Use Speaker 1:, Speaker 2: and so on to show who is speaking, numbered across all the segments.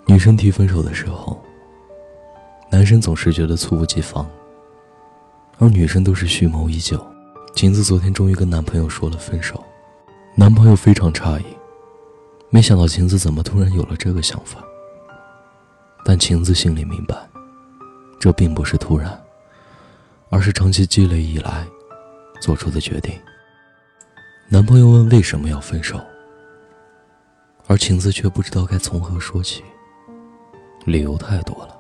Speaker 1: 女生提分手的时候，男生总是觉得猝不及防，而女生都是蓄谋已久。晴子昨天终于跟男朋友说了分手，男朋友非常诧异，没想到晴子怎么突然有了这个想法。但晴子心里明白，这并不是突然，而是长期积累以来做出的决定。男朋友问为什么要分手，而晴子却不知道该从何说起，理由太多了。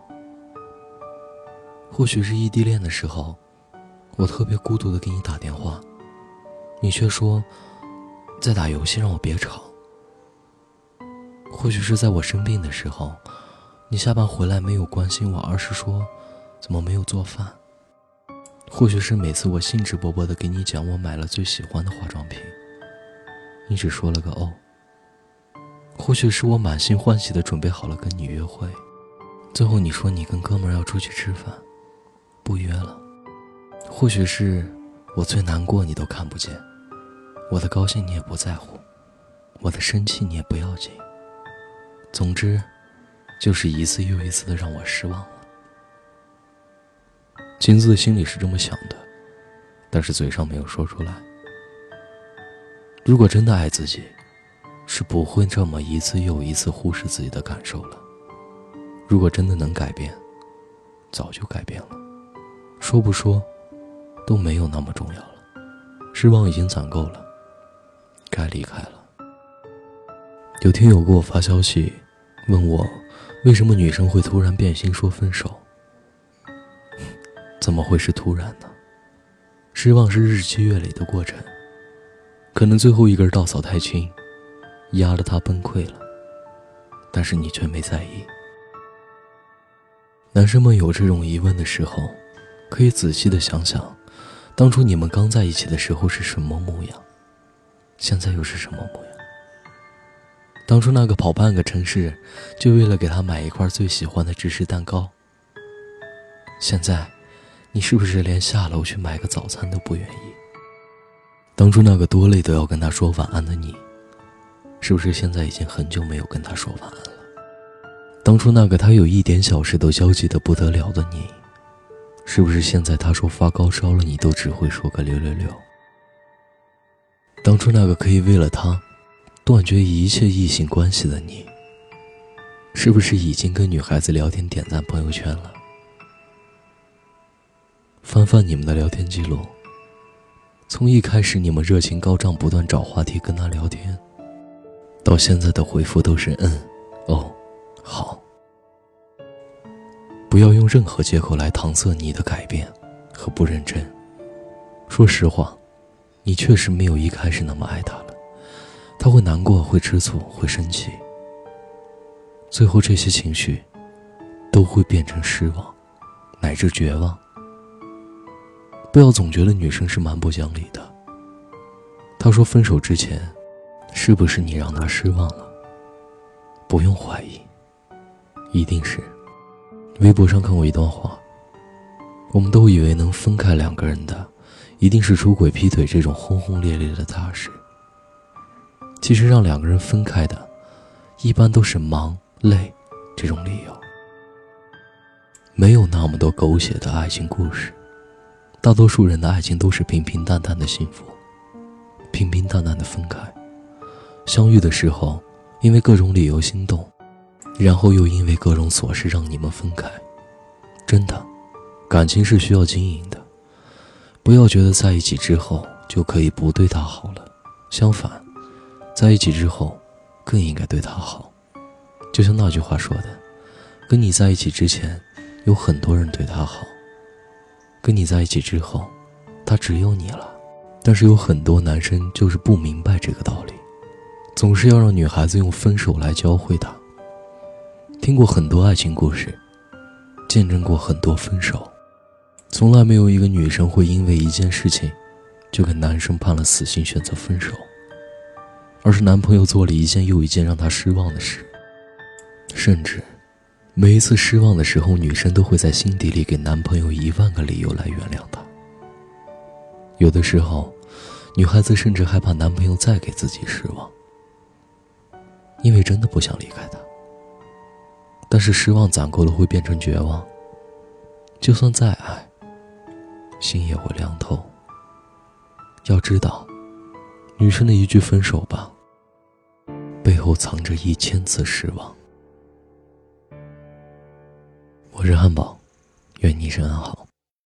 Speaker 1: 或许是异地恋的时候，我特别孤独地给你打电话，你却说在打游戏让我别吵。或许是在我生病的时候，你下班回来没有关心我，而是说怎么没有做饭。或许是每次我兴致勃勃地给你讲我买了最喜欢的化妆品，你只说了个哦。或许是我满心欢喜地准备好了跟你约会，最后你说你跟哥们儿要出去吃饭，不约了。或许是我最难过你都看不见，我的高兴你也不在乎，我的生气你也不要紧。总之就是一次又一次的让我失望了。晴子的心里是这么想的，但是嘴上没有说出来。如果真的爱自己，是不会这么一次又一次忽视自己的感受了。如果真的能改变，早就改变了。说不说都没有那么重要了，失望已经攒够了，该离开了。有听友给我发消息问我，为什么女生会突然变心说分手？怎么会是突然呢？失望是日积月累的过程，可能最后一根稻草太轻，压得他崩溃了，但是你却没在意。男生们有这种疑问的时候，可以仔细的想想，当初你们刚在一起的时候是什么模样，现在又是什么模样？当初那个跑半个城市就为了给他买一块最喜欢的芝士蛋糕，现在你是不是连下楼去买个早餐都不愿意？当初那个多累都要跟他说晚安的你，是不是现在已经很久没有跟他说晚安了？当初那个他有一点小事都焦急得不得了的你，是不是现在他说发高烧了你都只会说个666？当初那个可以为了他断绝一切异性关系的你，是不是已经跟女孩子聊天点赞朋友圈了？翻翻你们的聊天记录，从一开始你们热情高涨不断找话题跟他聊天，到现在的回复都是哦，好。不要用任何借口来搪塞你的改变和不认真。说实话，你确实没有一开始那么爱他了，他会难过，会吃醋，会生气，最后这些情绪都会变成失望乃至绝望。不要总觉得女生是蛮不讲理的，她说分手之前是不是你让她失望了？不用怀疑，一定是。微博上看过一段话，我们都以为能分开两个人的一定是出轨劈腿这种轰轰烈烈的大事，其实让两个人分开的一般都是忙累这种理由。没有那么多狗血的爱情故事，大多数人的爱情都是平平淡淡的幸福，平平淡淡的分开，相遇的时候因为各种理由心动，然后又因为各种琐事让你们分开。真的，感情是需要经营的，不要觉得在一起之后就可以不对他好了，相反，在一起之后更应该对他好。就像那句话说的，跟你在一起之前有很多人对他好，跟你在一起之后他只有你了。但是有很多男生就是不明白这个道理，总是要让女孩子用分手来教会他。听过很多爱情故事，见证过很多分手，从来没有一个女生会因为一件事情就给男生判了死刑选择分手，而是男朋友做了一件又一件让她失望的事。甚至每一次失望的时候，女生都会在心底里给男朋友10000个理由来原谅他。有的时候女孩子甚至害怕男朋友再给自己失望，因为真的不想离开他。 但是失望攒够了会变成绝望，就算再爱，心也会凉透。要知道，女生的一句分手吧，背后藏着1000次失望。我是汉堡，愿你一生安好。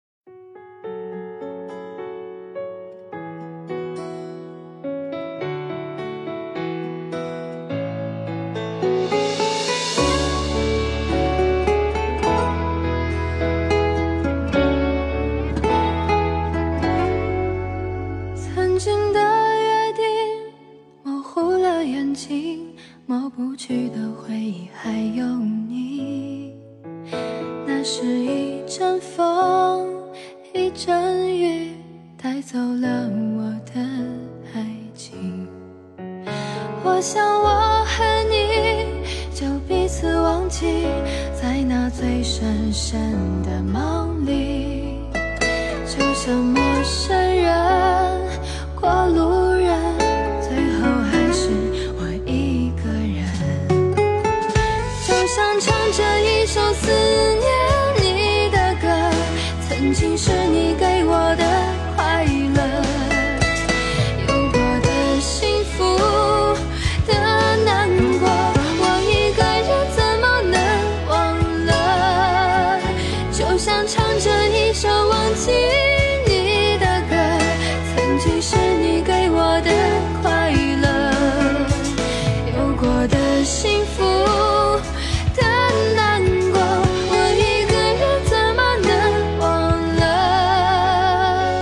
Speaker 2: 曾经的约定模糊了眼睛，抹不去的回忆还有你。那是一阵风，一阵雨，带走了我的爱情。我想我和你就彼此忘记，在那最深深的梦里，就像陌生人过路人，最后还是我一个人。就像唱着一首思念你的歌，曾经是你给我的快乐，有过的幸福的难过，我一个人怎么能忘了？就像唱着一首忘记你的歌，曾经是你给我的快乐，有过的幸福的难过，我一个人怎么能忘了？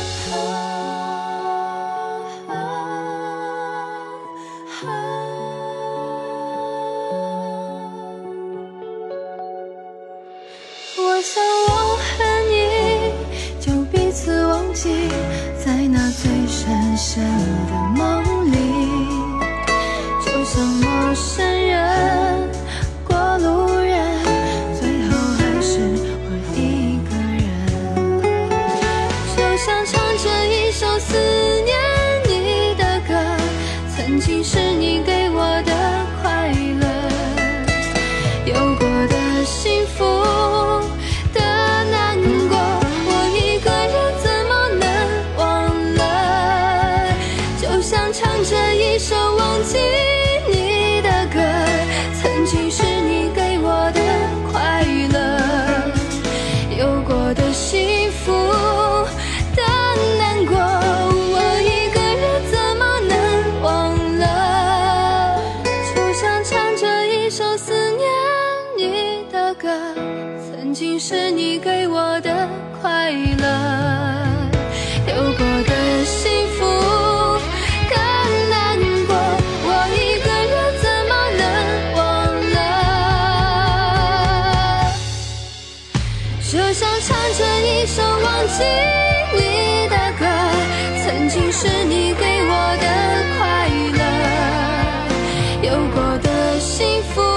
Speaker 2: 我想我和你就彼此忘记，在那最深深的梦里，就像陌生人过路人，最后还是我一个人。就像唱着一首思念你的歌，曾经是你给我的快乐，有过的幸福的难过，我一个人怎么能忘了？就像唱着一首忘记你的歌，曾经是你给我的快乐，有过的幸福的难过，我一个人怎么能忘了？就像唱着一首思念你的歌，曾经是你给我的快乐，有过的幸福的难过，我一个人怎么能忘了？就像唱着一首忘记你的歌，曾经是你给我的快乐，有过的幸福